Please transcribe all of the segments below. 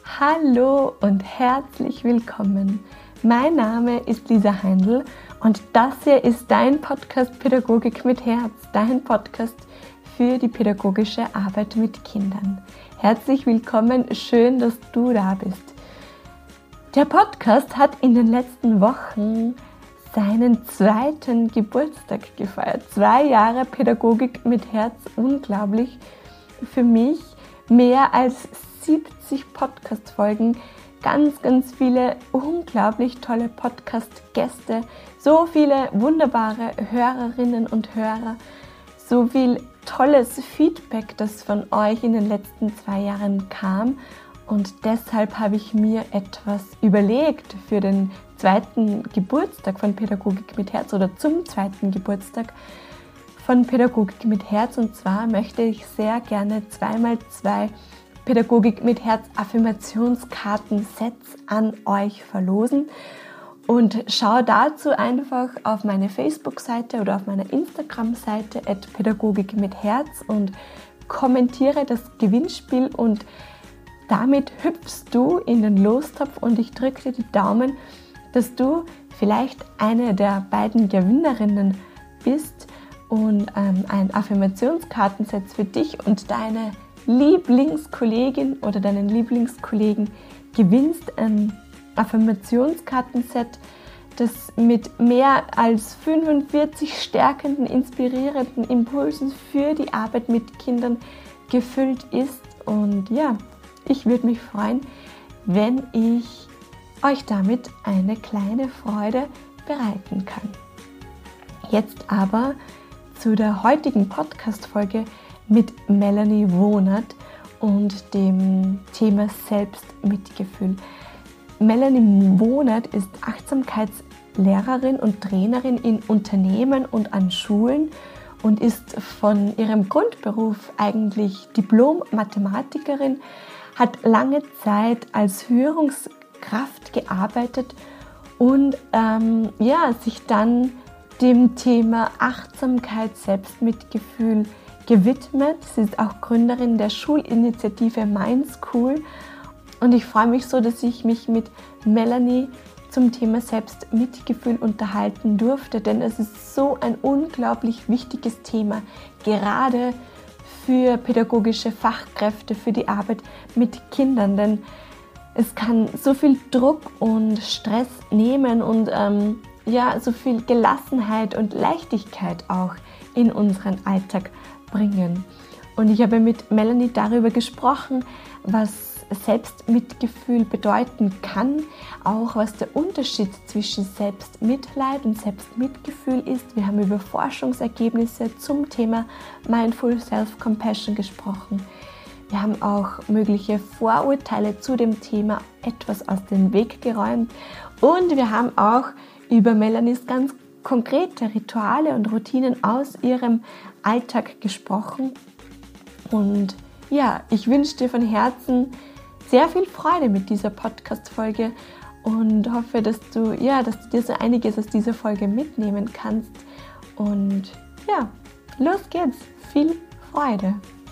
Hallo und herzlich willkommen. Mein Name ist Lisa Heindl und das hier ist dein Podcast Pädagogik mit Herz, dein Podcast für die pädagogische Arbeit mit Kindern. Herzlich willkommen, schön, dass du da bist. Der Podcast hat in den letzten Wochen seinen 2. Geburtstag gefeiert. 2 Jahre Pädagogik mit Herz, unglaublich. Für mich mehr als 70 Podcast-Folgen, ganz viele unglaublich tolle Podcast-Gäste, so viele wunderbare Hörerinnen und Hörer, so viel tolles Feedback, das von euch in den letzten 2 Jahren kam. Und deshalb habe ich mir etwas überlegt für den 2. Geburtstag von Pädagogik mit Herz oder zum 2. Geburtstag von Pädagogik mit Herz. Und zwar möchte ich sehr gerne 2x2 Pädagogik mit Herz Affirmationskarten-Sets an euch verlosen. Und schau dazu einfach auf meine Facebook-Seite oder auf meiner Instagram-Seite @Pädagogik mit Herz und kommentiere das Gewinnspiel und damit hüpfst du in den Lostopf und ich drücke dir die Daumen, dass du vielleicht eine der beiden Gewinnerinnen bist und ein Affirmationskartenset für dich und deine Lieblingskollegin oder deinen Lieblingskollegen gewinnst. Ein Affirmationskartenset, das mit mehr als 45 stärkenden, inspirierenden Impulsen für die Arbeit mit Kindern gefüllt ist. Und ja, ich würde mich freuen, wenn ich euch damit eine kleine Freude bereiten kann. Jetzt aber zu der heutigen Podcast-Folge mit Melanie Wohnert und dem Thema Selbstmitgefühl. Melanie Wohnert ist Achtsamkeitslehrerin und Trainerin in Unternehmen und an Schulen und ist von ihrem Grundberuf eigentlich Diplom-Mathematikerin, hat lange Zeit als Führungskraft gearbeitet und sich dann dem Thema Achtsamkeit, Selbstmitgefühl gewidmet. Sie ist auch Gründerin der Schulinitiative Mindschool und ich freue mich so, dass ich mich mit Melanie zum Thema Selbstmitgefühl unterhalten durfte, denn es ist so ein unglaublich wichtiges Thema, gerade für pädagogische Fachkräfte, für die Arbeit mit Kindern, denn es kann so viel Druck und Stress nehmen und so viel Gelassenheit und Leichtigkeit auch in unseren Alltag bringen. Und ich habe mit Melanie darüber gesprochen, was Selbstmitgefühl bedeuten kann, auch was der Unterschied zwischen Selbstmitleid und Selbstmitgefühl ist. Wir haben über Forschungsergebnisse zum Thema Mindful Self-Compassion gesprochen. Wir haben auch mögliche Vorurteile zu dem Thema etwas aus dem Weg geräumt und wir haben auch über Melanies ganz konkrete Rituale und Routinen aus ihrem Alltag gesprochen. Und ja, ich wünsche dir von Herzen sehr viel Freude mit dieser Podcast-Folge und hoffe, dass du dir so einiges aus dieser Folge mitnehmen kannst. Und ja, los geht's. Viel Freude.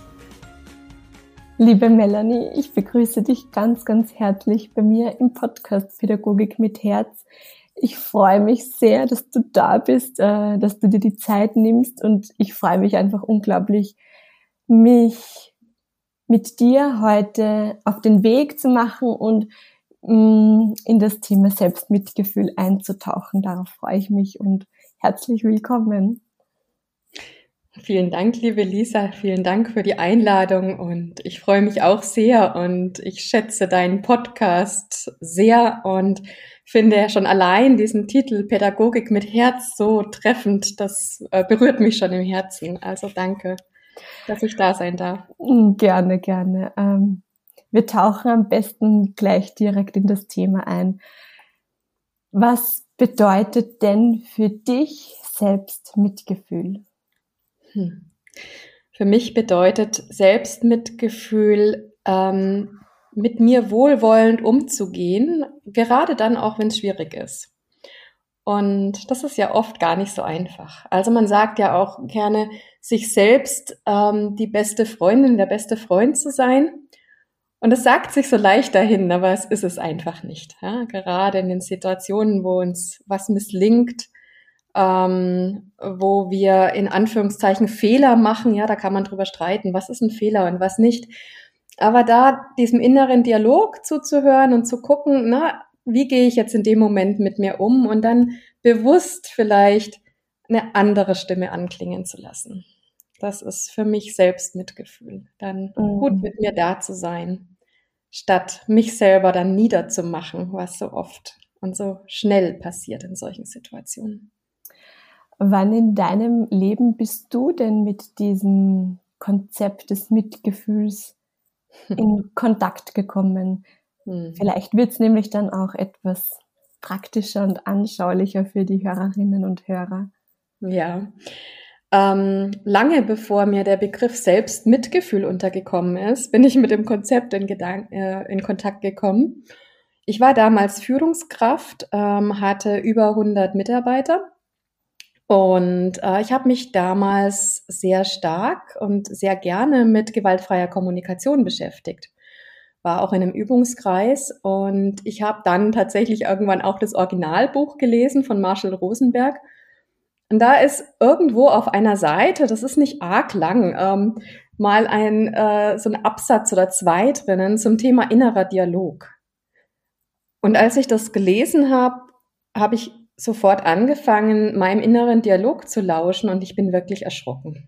Liebe Melanie, ich begrüße dich ganz herzlich bei mir im Podcast Pädagogik mit Herz. Ich freue mich sehr, dass du da bist, dass du dir die Zeit nimmst und ich freue mich einfach unglaublich, mich mit dir heute auf den Weg zu machen und in das Thema Selbstmitgefühl einzutauchen. Darauf freue ich mich und herzlich willkommen. Vielen Dank, liebe Lisa. Vielen Dank für die Einladung und ich freue mich auch sehr und ich schätze deinen Podcast sehr und finde ja schon allein diesen Titel Pädagogik mit Herz so treffend. Das berührt mich schon im Herzen. Also danke, dass ich da sein darf. Gerne. Wir tauchen am besten gleich direkt in das Thema ein. Was bedeutet denn für dich Selbstmitgefühl? Für mich bedeutet Selbstmitgefühl, mit mir wohlwollend umzugehen, gerade dann auch, wenn es schwierig ist. Und das ist ja oft gar nicht so einfach. Also man sagt ja auch gerne, sich selbst die beste Freundin, der beste Freund zu sein. Und es sagt sich so leicht dahin, aber es ist es einfach nicht. Ja? Gerade in den Situationen, wo uns was misslingt, wo wir in Anführungszeichen Fehler machen, ja, da kann man drüber streiten, was ist ein Fehler und was nicht. Aber da diesem inneren Dialog zuzuhören und zu gucken, na, wie gehe ich jetzt in dem Moment mit mir um und dann bewusst vielleicht eine andere Stimme anklingen zu lassen. Das ist für mich Selbstmitgefühl, dann gut mit mir da zu sein, statt mich selber dann niederzumachen, was so oft und so schnell passiert in solchen Situationen. Wann in deinem Leben bist du denn mit diesem Konzept des Mitgefühls in Kontakt gekommen? Vielleicht wird es nämlich dann auch etwas praktischer und anschaulicher für die Hörerinnen und Hörer. Ja, lange bevor mir der Begriff Selbstmitgefühl untergekommen ist, bin ich mit dem Konzept in Kontakt gekommen. Ich war damals Führungskraft, hatte über 100 Mitarbeiter. Und ich habe mich damals sehr stark und sehr gerne mit gewaltfreier Kommunikation beschäftigt. War auch in einem Übungskreis und ich habe dann tatsächlich irgendwann auch das Originalbuch gelesen von Marshall Rosenberg. Und da ist irgendwo auf einer Seite, das ist nicht arg lang, mal so ein Absatz oder 2 drinnen zum Thema innerer Dialog. Und als ich das gelesen habe, habe ich sofort angefangen, meinem inneren Dialog zu lauschen und ich bin wirklich erschrocken.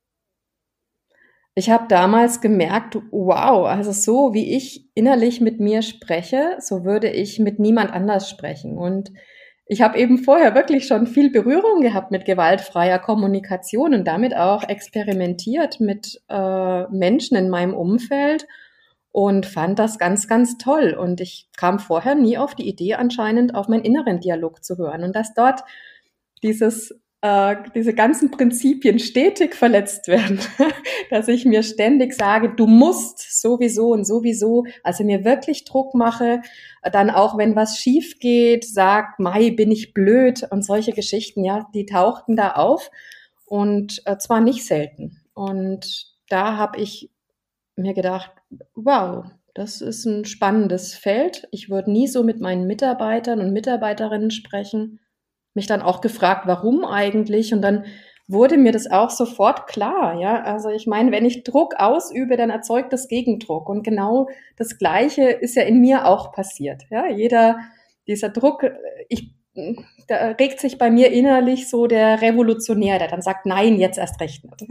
Ich habe damals gemerkt, wow, also so wie ich innerlich mit mir spreche, so würde ich mit niemand anders sprechen. Und ich habe eben vorher wirklich schon viel Berührung gehabt mit gewaltfreier Kommunikation und damit auch experimentiert mit Menschen in meinem Umfeld und fand das ganz, ganz toll. Und ich kam vorher nie auf die Idee, anscheinend auf meinen inneren Dialog zu hören. Und dass dort diese ganzen Prinzipien stetig verletzt werden, dass ich mir ständig sage, du musst sowieso und sowieso, also mir wirklich Druck mache, dann auch wenn was schief geht, sag, Mai, bin ich blöd und solche Geschichten, ja, die tauchten da auf und zwar nicht selten. Und da habe ich mir gedacht, wow, das ist ein spannendes Feld. Ich würde nie so mit meinen Mitarbeitern und Mitarbeiterinnen sprechen. Mich dann auch gefragt, warum eigentlich? Und dann wurde mir das auch sofort klar, ja. Also ich meine, wenn ich Druck ausübe, dann erzeugt das Gegendruck. Und genau das Gleiche ist ja in mir auch passiert, ja. Dieser Druck, da regt sich bei mir innerlich so der Revolutionär, der dann sagt, nein, jetzt erst recht nicht.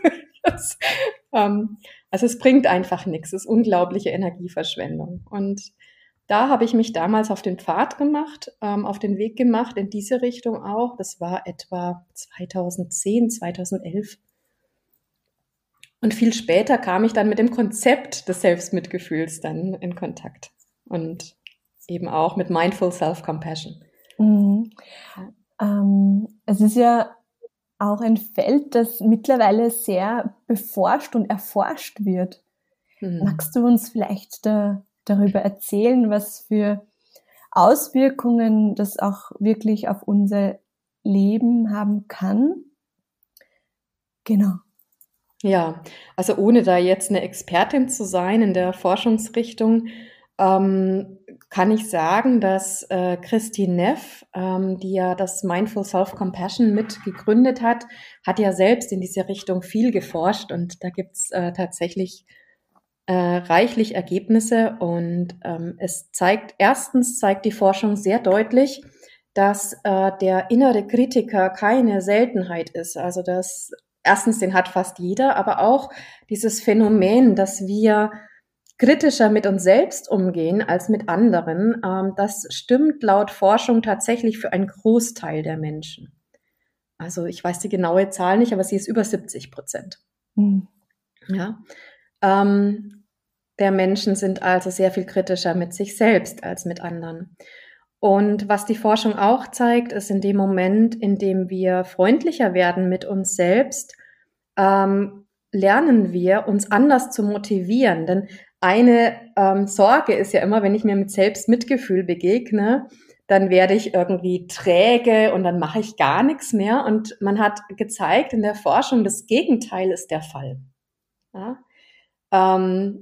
Also es bringt einfach nichts, es ist unglaubliche Energieverschwendung. Und da habe ich mich damals auf den Pfad gemacht, auf den Weg gemacht, in diese Richtung auch. Das war etwa 2010, 2011. Und viel später kam ich dann mit dem Konzept des Selbstmitgefühls dann in Kontakt. Und eben auch mit Mindful Self-Compassion. Mhm. Es ist ja auch ein Feld, das mittlerweile sehr beforscht und erforscht wird. Magst du uns vielleicht darüber erzählen, was für Auswirkungen das auch wirklich auf unser Leben haben kann? Genau. Ja, also ohne da jetzt eine Expertin zu sein in der Forschungsrichtung, kann ich sagen, dass Christine Neff, die ja das Mindful Self-Compassion mit gegründet hat ja selbst in diese Richtung viel geforscht und da gibt's tatsächlich reichlich Ergebnisse und erstens zeigt die Forschung sehr deutlich, dass der innere Kritiker keine Seltenheit ist. Also erstens, den hat fast jeder, aber auch dieses Phänomen, dass wir kritischer mit uns selbst umgehen als mit anderen, das stimmt laut Forschung tatsächlich für einen Großteil der Menschen. Also ich weiß die genaue Zahl nicht, aber sie ist über 70%. Ja. Der Menschen sind also sehr viel kritischer mit sich selbst als mit anderen. Und was die Forschung auch zeigt, ist in dem Moment, in dem wir freundlicher werden mit uns selbst, lernen wir, uns anders zu motivieren. Denn eine Sorge ist ja immer, wenn ich mir mit Selbstmitgefühl begegne, dann werde ich irgendwie träge und dann mache ich gar nichts mehr. Und man hat gezeigt in der Forschung, das Gegenteil ist der Fall. Ja?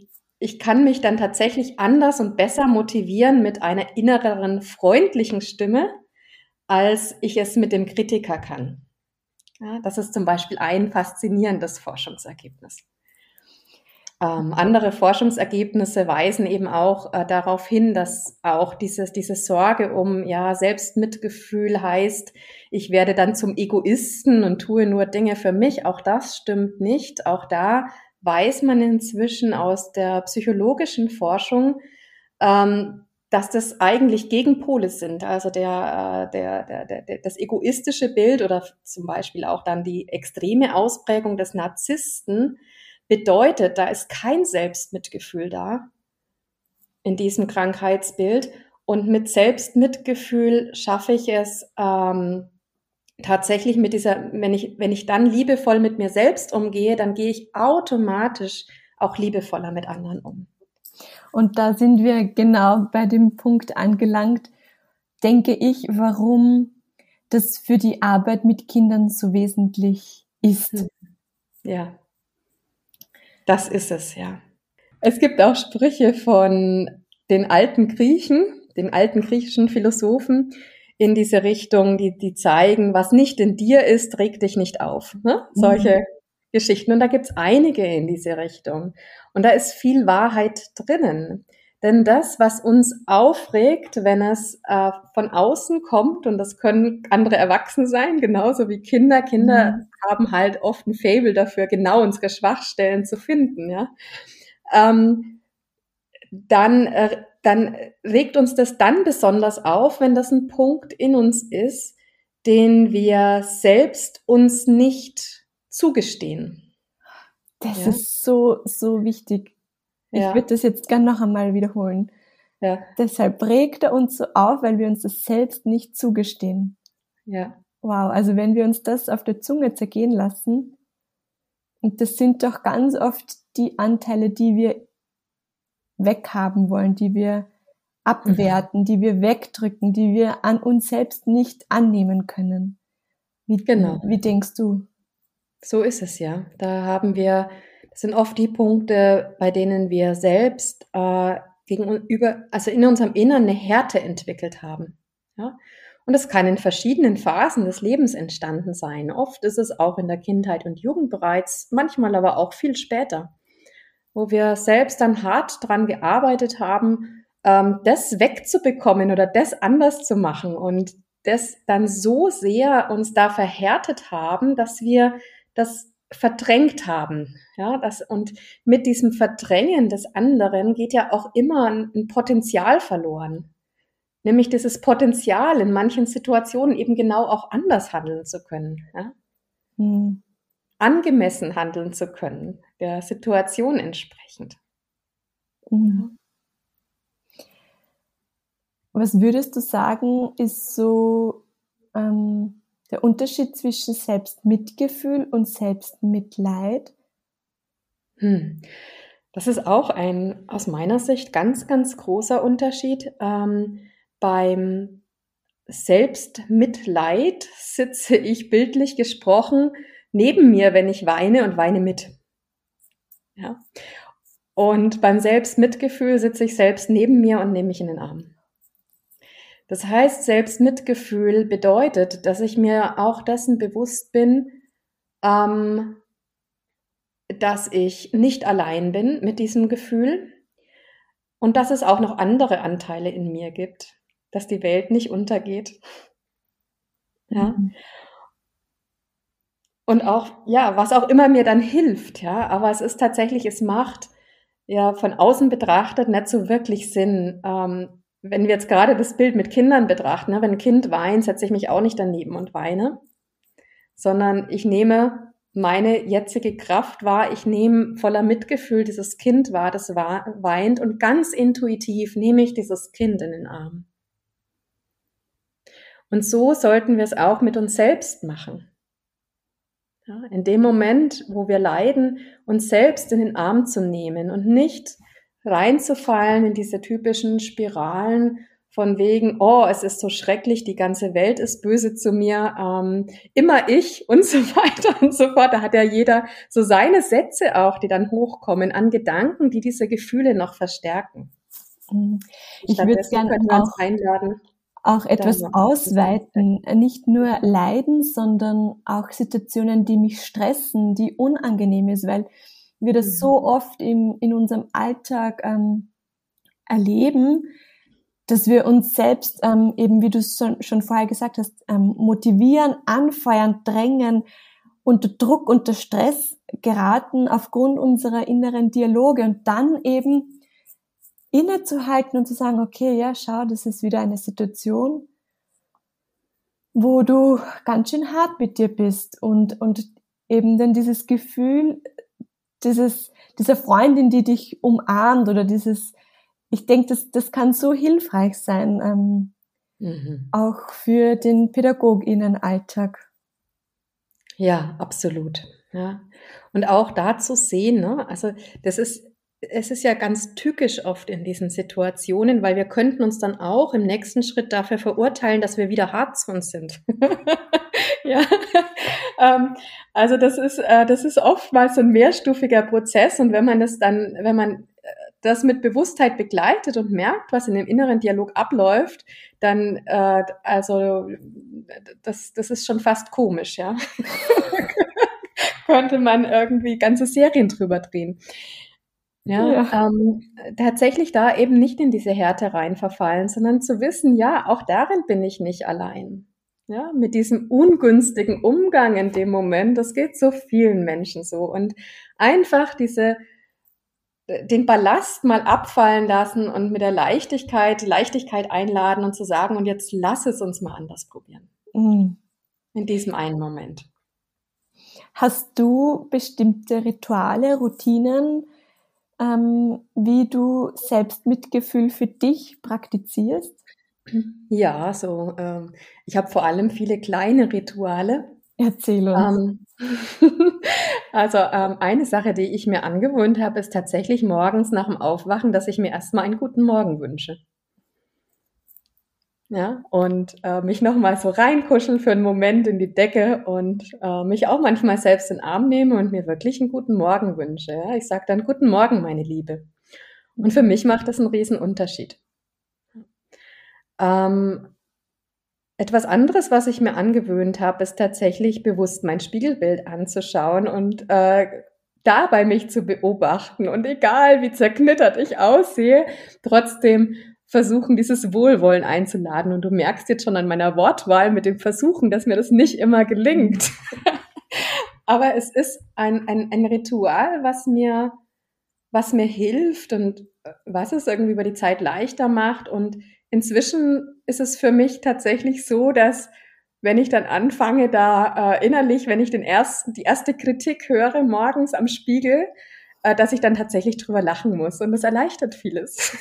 ich kann mich dann tatsächlich anders und besser motivieren mit einer inneren, freundlichen Stimme, als ich es mit dem Kritiker kann. Ja, das ist zum Beispiel ein faszinierendes Forschungsergebnis. Andere Forschungsergebnisse weisen eben auch darauf hin, dass auch diese Sorge um Selbstmitgefühl heißt, ich werde dann zum Egoisten und tue nur Dinge für mich. Auch das stimmt nicht. Auch da weiß man inzwischen aus der psychologischen Forschung, dass das eigentlich Gegenpole sind. Also das egoistische Bild oder zum Beispiel auch dann die extreme Ausprägung des Narzissten bedeutet, da ist kein Selbstmitgefühl da in diesem Krankheitsbild. Und mit Selbstmitgefühl schaffe ich es tatsächlich wenn ich dann liebevoll mit mir selbst umgehe, dann gehe ich automatisch auch liebevoller mit anderen um. Und da sind wir genau bei dem Punkt angelangt, denke ich, warum das für die Arbeit mit Kindern so wesentlich ist. Ja. Das ist es, ja. Es gibt auch Sprüche von den alten Griechen, den alten griechischen Philosophen in diese Richtung, die zeigen, was nicht in dir ist, reg dich nicht auf. Ne? Solche Geschichten. Und da gibt's einige in diese Richtung. Und da ist viel Wahrheit drinnen. Denn das, was uns aufregt, wenn es von außen kommt, und das können andere Erwachsene sein, genauso wie Kinder. Kinder haben halt oft ein Faible dafür, genau unsere Schwachstellen zu finden. Ja? Dann regt uns das dann besonders auf, wenn das ein Punkt in uns ist, den wir selbst uns nicht zugestehen. Das ist so, so wichtig. Ich würde das jetzt gerne noch einmal wiederholen. Ja. Deshalb regt er uns so auf, weil wir uns das selbst nicht zugestehen. Ja. Wow, also wenn wir uns das auf der Zunge zergehen lassen, und das sind doch ganz oft die Anteile, die wir weghaben wollen, die wir abwerten, die wir wegdrücken, die wir an uns selbst nicht annehmen können. Wie denkst du? So ist es, ja. Das sind oft die Punkte, bei denen wir selbst gegenüber, also in unserem Inneren eine Härte entwickelt haben. Ja? Und es kann in verschiedenen Phasen des Lebens entstanden sein. Oft ist es auch in der Kindheit und Jugend bereits, manchmal aber auch viel später, wo wir selbst dann hart dran gearbeitet haben, das wegzubekommen oder das anders zu machen und das dann so sehr uns da verhärtet haben, dass wir das verdrängt haben. Ja, und mit diesem Verdrängen des anderen geht ja auch immer ein Potenzial verloren. Nämlich dieses Potenzial, in manchen Situationen eben genau auch anders handeln zu können. Ja? Angemessen handeln zu können, der Situation entsprechend. Was würdest du sagen, ist so der Unterschied zwischen Selbstmitgefühl und Selbstmitleid? Das ist auch ein, aus meiner Sicht, ganz, ganz großer Unterschied. Beim Selbstmitleid sitze ich bildlich gesprochen neben mir, wenn ich weine, und weine mit. Ja. Und beim Selbstmitgefühl sitze ich selbst neben mir und nehme mich in den Arm. Das heißt, Selbstmitgefühl bedeutet, dass ich mir auch dessen bewusst bin, dass ich nicht allein bin mit diesem Gefühl und dass es auch noch andere Anteile in mir gibt, dass die Welt nicht untergeht. Ja. Und auch, ja, was auch immer mir dann hilft, ja, aber es ist tatsächlich, es macht ja von außen betrachtet nicht so wirklich Sinn. Wenn wir jetzt gerade das Bild mit Kindern betrachten, ne, wenn ein Kind weint, setze ich mich auch nicht daneben und weine, sondern ich nehme meine jetzige Kraft wahr, ich nehme voller Mitgefühl dieses Kind wahr, das weint, und ganz intuitiv nehme ich dieses Kind in den Arm. Und so sollten wir es auch mit uns selbst machen. Ja, in dem Moment, wo wir leiden, uns selbst in den Arm zu nehmen und nicht reinzufallen in diese typischen Spiralen von wegen, oh, es ist so schrecklich, die ganze Welt ist böse zu mir, immer ich und so weiter und so fort. Da hat ja jeder so seine Sätze auch, die dann hochkommen an Gedanken, die diese Gefühle noch verstärken. Ich würde Stattdessen gern können wir uns einladen, auch da etwas mal ausweiten. Nicht nur Leiden, sondern auch Situationen, die mich stressen, die unangenehm ist, weil wir das so oft in unserem Alltag erleben, dass wir uns selbst eben, wie du es schon vorher gesagt hast, motivieren, anfeuern, drängen, unter Druck, unter Stress geraten aufgrund unserer inneren Dialoge und dann eben innezuhalten und zu sagen, okay, ja, schau, das ist wieder eine Situation, wo du ganz schön hart mit dir bist und eben dann dieses Gefühl, dieser Freundin, die dich umarmt oder ich denke, das kann so hilfreich sein, auch für den PädagogInnen-Alltag. Ja, absolut. Ja. Und auch da zu sehen, ne, also es ist ja ganz tückisch oft in diesen Situationen, weil wir könnten uns dann auch im nächsten Schritt dafür verurteilen, dass wir wieder hart zu uns sind. Ja, also das ist oftmals so ein mehrstufiger Prozess und wenn man das mit Bewusstheit begleitet und merkt, was in dem inneren Dialog abläuft, dann also das ist schon fast komisch, ja. Könnte man irgendwie ganze Serien drüber drehen. Ja, Ja. tatsächlich da eben nicht in diese Härte rein verfallen, sondern zu wissen, ja, auch darin bin ich nicht allein. Ja, mit diesem ungünstigen Umgang in dem Moment, das geht so vielen Menschen so. Und einfach den Ballast mal abfallen lassen und mit der Leichtigkeit einladen und zu sagen, und jetzt lass es uns mal anders probieren. Mhm. In diesem einen Moment. Hast du bestimmte Rituale, Routinen, wie du Selbstmitgefühl für dich praktizierst? Ja, ich habe vor allem viele kleine Rituale. Erzähl uns. Also eine Sache, die ich mir angewöhnt habe, ist tatsächlich morgens nach dem Aufwachen, dass ich mir erstmal einen guten Morgen wünsche. Ja, und mich nochmal so reinkuscheln für einen Moment in die Decke und mich auch manchmal selbst in den Arm nehme und mir wirklich einen guten Morgen wünsche. Ja? Ich sage dann, guten Morgen, meine Liebe. Und für mich macht das einen riesen Unterschied. Etwas anderes, was ich mir angewöhnt habe, ist tatsächlich bewusst mein Spiegelbild anzuschauen und dabei mich zu beobachten. Und egal, wie zerknittert ich aussehe, trotzdem versuchen, dieses Wohlwollen einzuladen. Und du merkst jetzt schon an meiner Wortwahl mit dem Versuchen, dass mir das nicht immer gelingt. Aber es ist ein Ritual, was mir hilft und was es irgendwie über die Zeit leichter macht. Und inzwischen ist es für mich tatsächlich so, dass wenn ich dann anfange, da innerlich, wenn ich die erste Kritik höre morgens am Spiegel, dass ich dann tatsächlich drüber lachen muss. Und das erleichtert vieles.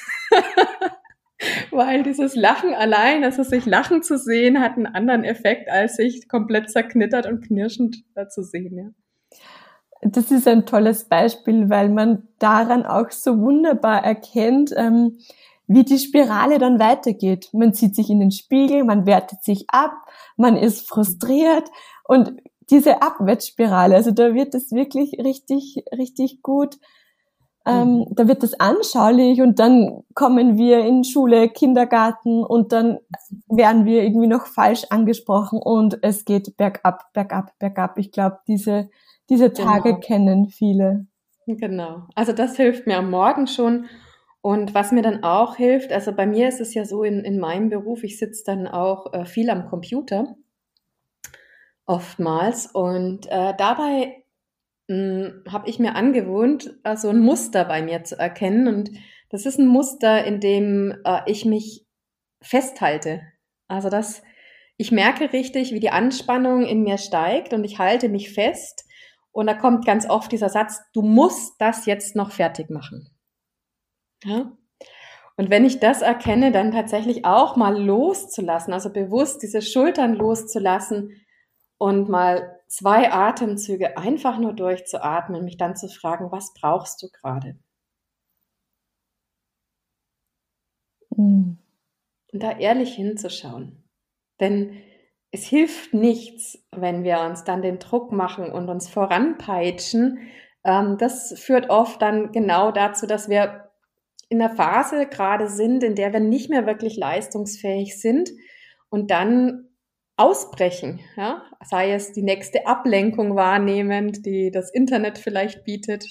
Weil dieses Lachen allein, also sich lachen zu sehen, hat einen anderen Effekt, als sich komplett zerknittert und knirschend zu sehen. Ja. Das ist ein tolles Beispiel, weil man daran auch so wunderbar erkennt, wie die Spirale dann weitergeht. Man sieht sich in den Spiegel, man wertet sich ab, man ist frustriert und diese Abwärtsspirale, also da wird es wirklich richtig, richtig gut. Da wird das anschaulich und dann kommen wir in Schule, Kindergarten und dann werden wir irgendwie noch falsch angesprochen und es geht bergab, bergab, bergab. Ich glaube, diese Tage kennen viele. Genau. Also das hilft mir am Morgen schon. Und was mir dann auch hilft, also bei mir ist es ja so in meinem Beruf, ich sitze dann auch viel am Computer, oftmals. Und dabei habe ich mir angewohnt, so ein Muster bei mir zu erkennen. Und das ist ein Muster, in dem ich mich festhalte. Also ich merke richtig, wie die Anspannung in mir steigt und ich halte mich fest. Und da kommt ganz oft dieser Satz, du musst das jetzt noch fertig machen. Ja? Und wenn ich das erkenne, dann tatsächlich auch mal loszulassen, also bewusst diese Schultern loszulassen und mal 2 Atemzüge einfach nur durchzuatmen, mich dann zu fragen, was brauchst du gerade? und da ehrlich hinzuschauen. Denn es hilft nichts, wenn wir uns dann den Druck machen und uns voranpeitschen. Das führt oft dann genau dazu, dass wir in der Phase gerade sind, in der wir nicht mehr wirklich leistungsfähig sind und dann ausbrechen, ja? Sei es die nächste Ablenkung wahrnehmend, die das Internet vielleicht bietet,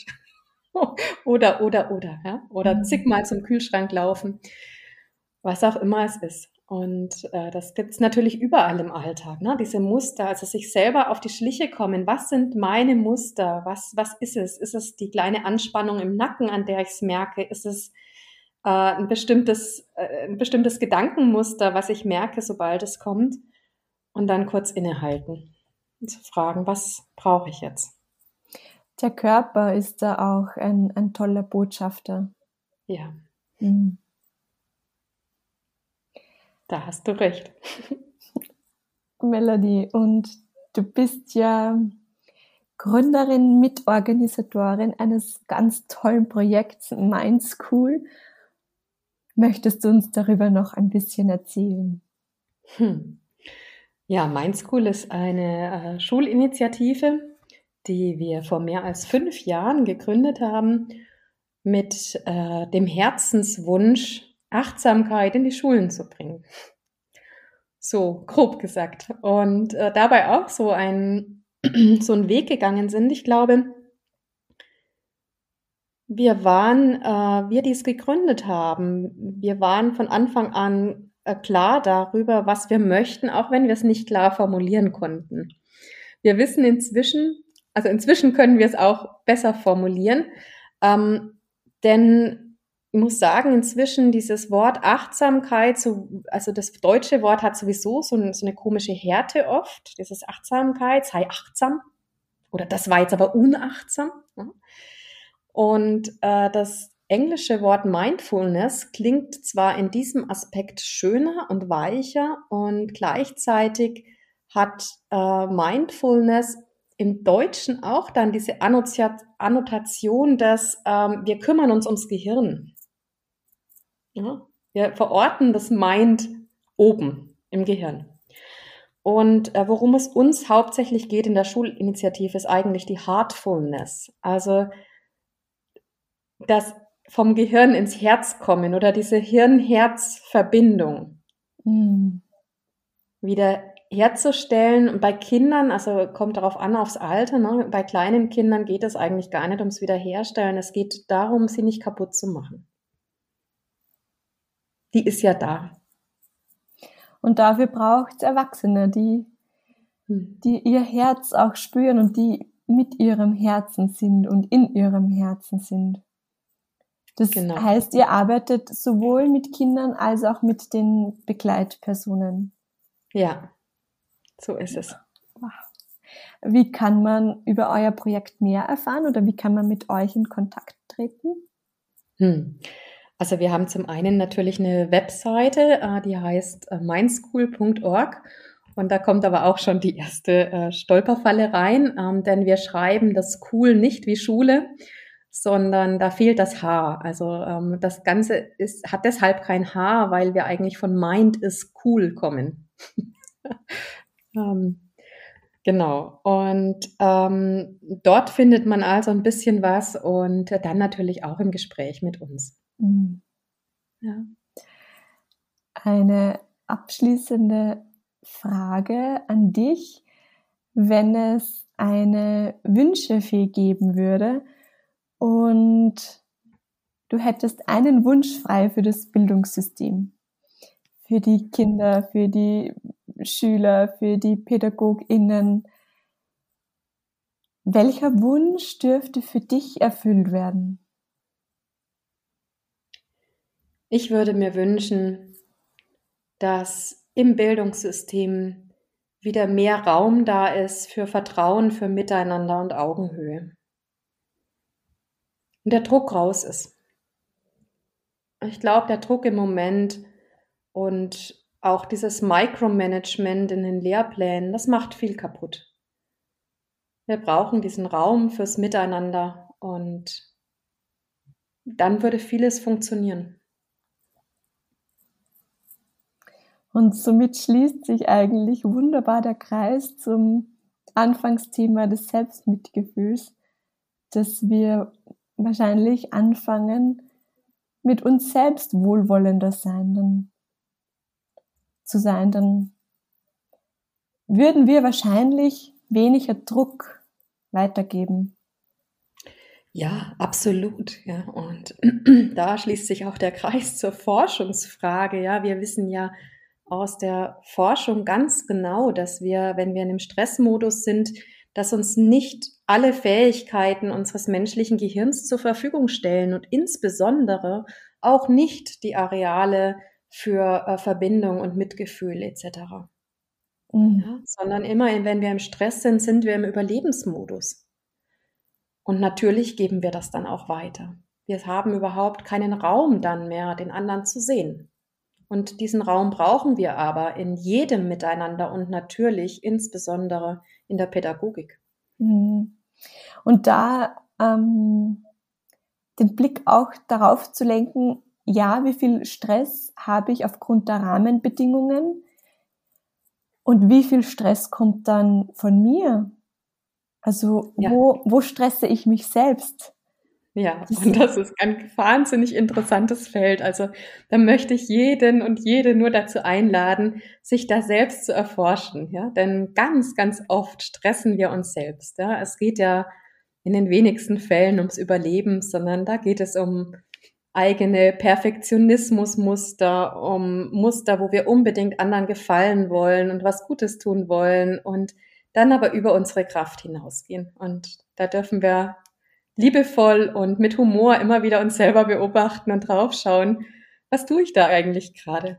oder, ja? Oder zigmal zum Kühlschrank laufen, was auch immer es ist. Und das gibt's natürlich überall im Alltag, ne? Diese Muster, also sich selber auf die Schliche kommen. Was sind meine Muster? Was ist es? Ist es die kleine Anspannung im Nacken, an der ich es merke? Ist es ein bestimmtes Gedankenmuster, was ich merke, sobald es kommt? Und dann kurz innehalten und zu fragen, was brauche ich jetzt? Der Körper ist da auch ein toller Botschafter. Ja, Mhm. da hast du recht. Melody, und du bist ja Gründerin, Mitorganisatorin eines ganz tollen Projekts Mind School. Möchtest du uns darüber noch ein bisschen erzählen? Ja, Mind School ist eine Schulinitiative, die wir vor mehr als 5 Jahren gegründet haben, mit dem Herzenswunsch, Achtsamkeit in die Schulen zu bringen. So grob gesagt. Und dabei auch so einen Weg gegangen sind. Ich glaube, wir, die es gegründet haben, wir waren von Anfang an klar darüber, was wir möchten, auch wenn wir es nicht klar formulieren konnten. Wir wissen inzwischen können wir es auch besser formulieren, denn ich muss sagen, inzwischen dieses Wort Achtsamkeit, also das deutsche Wort hat sowieso so eine komische Härte oft, dieses Achtsamkeit, sei achtsam, oder das war jetzt aber unachtsam. Ja. Und das englische Wort Mindfulness klingt zwar in diesem Aspekt schöner und weicher, und gleichzeitig hat Mindfulness im Deutschen auch dann diese Annotation, dass wir kümmern uns ums Gehirn. Ja? Wir verorten das Mind oben im Gehirn. Und worum es uns hauptsächlich geht in der Schulinitiative, ist eigentlich die Heartfulness. Also das vom Gehirn ins Herz kommen oder diese Hirn-Herz-Verbindung wieder herzustellen. Und bei Kindern, also kommt darauf an, aufs Alter, ne? Bei kleinen Kindern geht es eigentlich gar nicht ums Wiederherstellen. Es geht darum, sie nicht kaputt zu machen. Die ist ja da. Und dafür braucht es Erwachsene, die ihr Herz auch spüren und die mit ihrem Herzen sind und in ihrem Herzen sind. Das heißt, ihr arbeitet sowohl mit Kindern als auch mit den Begleitpersonen. Ja, so ist es. Wie kann man über euer Projekt mehr erfahren oder wie kann man mit euch in Kontakt treten? Also wir haben zum einen natürlich eine Webseite, die heißt mindschool.org, und da kommt aber auch schon die erste Stolperfalle rein, denn wir schreiben das School nicht wie Schule, sondern da fehlt das H. Also das Ganze hat deshalb kein H, weil wir eigentlich von Mind is cool kommen. Genau. Und dort findet man also ein bisschen was, und dann natürlich auch im Gespräch mit uns. Ja. Eine abschließende Frage an dich: Wenn es eine Wünschefee geben würde und du hättest einen Wunsch frei für das Bildungssystem, für die Kinder, für die Schüler, für die PädagogInnen, welcher Wunsch dürfte für dich erfüllt werden? Ich würde mir wünschen, dass im Bildungssystem wieder mehr Raum da ist für Vertrauen, für Miteinander und Augenhöhe. Und der Druck raus ist. Ich glaube, der Druck im Moment und auch dieses Micromanagement in den Lehrplänen, das macht viel kaputt. Wir brauchen diesen Raum fürs Miteinander, und dann würde vieles funktionieren. Und somit schließt sich eigentlich wunderbar der Kreis zum Anfangsthema des Selbstmitgefühls, dass wir wahrscheinlich anfangen, mit uns selbst wohlwollender zu sein, dann würden wir wahrscheinlich weniger Druck weitergeben. Ja, absolut. Ja, und da schließt sich auch der Kreis zur Forschungsfrage. Ja, wir wissen ja aus der Forschung ganz genau, dass wir, wenn wir in einem Stressmodus sind, dass uns nicht alle Fähigkeiten unseres menschlichen Gehirns zur Verfügung stellen und insbesondere auch nicht die Areale für Verbindung und Mitgefühl etc. Ja, sondern immer, wenn wir im Stress sind, sind wir im Überlebensmodus. Und natürlich geben wir das dann auch weiter. Wir haben überhaupt keinen Raum dann mehr, den anderen zu sehen. Und diesen Raum brauchen wir aber in jedem Miteinander und natürlich insbesondere in der Pädagogik. Und da den Blick auch darauf zu lenken, ja, wie viel Stress habe ich aufgrund der Rahmenbedingungen und wie viel Stress kommt dann von mir? Also Ja. wo stresse ich mich selbst? Ja, und das ist ein wahnsinnig interessantes Feld. Also da möchte ich jeden und jede nur dazu einladen, sich da selbst zu erforschen. Ja, denn ganz, ganz oft stressen wir uns selbst. Ja, es geht ja in den wenigsten Fällen ums Überleben, sondern da geht es um eigene Perfektionismusmuster, um Muster, wo wir unbedingt anderen gefallen wollen und was Gutes tun wollen und dann aber über unsere Kraft hinausgehen. Und da dürfen wir liebevoll und mit Humor immer wieder uns selber beobachten und draufschauen, was tue ich da eigentlich gerade?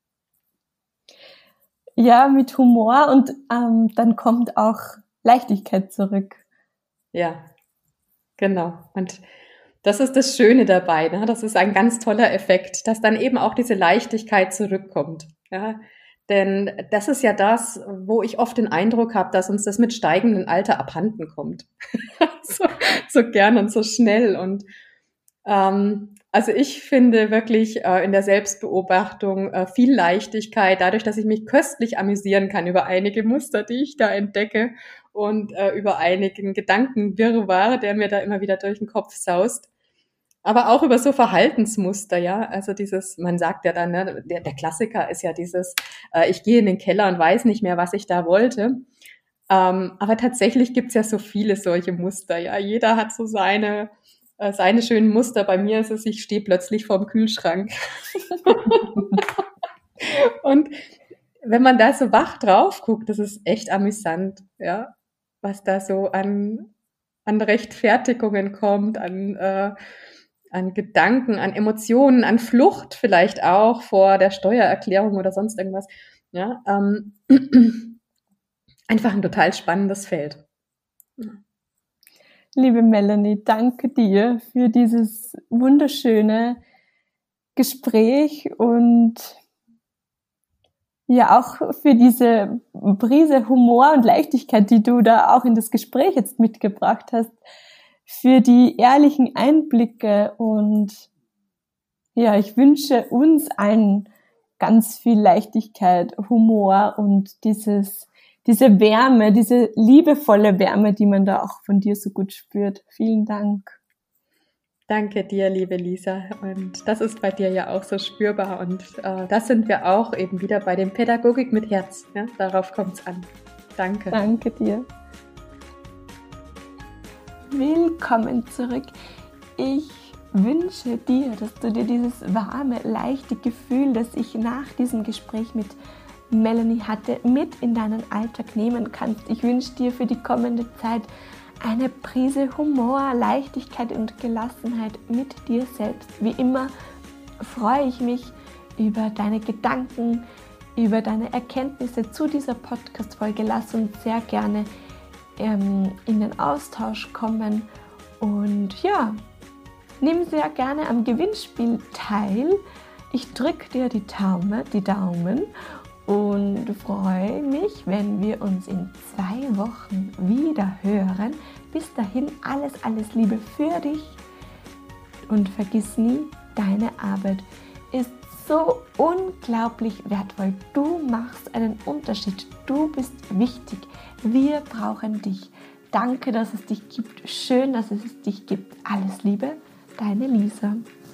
Ja, mit Humor und dann kommt auch Leichtigkeit zurück. Ja, genau. Und das ist das Schöne dabei, ne? Das ist ein ganz toller Effekt, dass dann eben auch diese Leichtigkeit zurückkommt. Ja? Denn das ist ja das, wo ich oft den Eindruck habe, dass uns das mit steigendem Alter abhanden kommt. so gern und so schnell. Und also ich finde wirklich in der Selbstbeobachtung viel Leichtigkeit, dadurch, dass ich mich köstlich amüsieren kann über einige Muster, die ich da entdecke und über einigen Gedankenwirrwarr, der mir da immer wieder durch den Kopf saust. Aber auch über so Verhaltensmuster, ja. Also dieses, man sagt ja dann, ne, der Klassiker ist ja dieses, ich gehe in den Keller und weiß nicht mehr, was ich da wollte. Aber tatsächlich gibt's ja so viele solche Muster, ja. Jeder hat so seine schönen Muster. Bei mir ist es, ich stehe plötzlich vorm Kühlschrank. Und wenn man da so wach drauf guckt, das ist echt amüsant, ja. Was da so an Rechtfertigungen kommt, an Gedanken, an Emotionen, an Flucht vielleicht auch vor der Steuererklärung oder sonst irgendwas. Ja, einfach ein total spannendes Feld. Liebe Melanie, danke dir für dieses wunderschöne Gespräch und ja auch für diese Prise Humor und Leichtigkeit, die du da auch in das Gespräch jetzt mitgebracht hast, für die ehrlichen Einblicke und ja, ich wünsche uns allen ganz viel Leichtigkeit, Humor und diese Wärme, diese liebevolle Wärme, die man da auch von dir so gut spürt. Vielen Dank. Danke dir, liebe Lisa. Und das ist bei dir ja auch so spürbar. Und das sind wir auch eben wieder bei dem Pädagogik mit Herz. Ja? Darauf kommt es an. Danke. Danke dir. Willkommen zurück. Ich wünsche dir, dass du dir dieses warme, leichte Gefühl, das ich nach diesem Gespräch mit Melanie hatte, mit in deinen Alltag nehmen kannst. Ich wünsche dir für die kommende Zeit eine Prise Humor, Leichtigkeit und Gelassenheit mit dir selbst. Wie immer freue ich mich über deine Gedanken, über deine Erkenntnisse zu dieser Podcast-Folge. Lass uns sehr gerne in den Austausch kommen und ja, nimm sehr gerne am Gewinnspiel teil. Ich drücke dir die Daumen und freue mich, wenn wir uns in 2 Wochen wieder hören. Bis dahin alles Liebe für dich und vergiss nie, deine Arbeit ist so unglaublich wertvoll. Du machst einen Unterschied. Du bist wichtig. Wir brauchen dich. Danke, dass es dich gibt. Schön, dass es dich gibt. Alles Liebe, deine Lisa.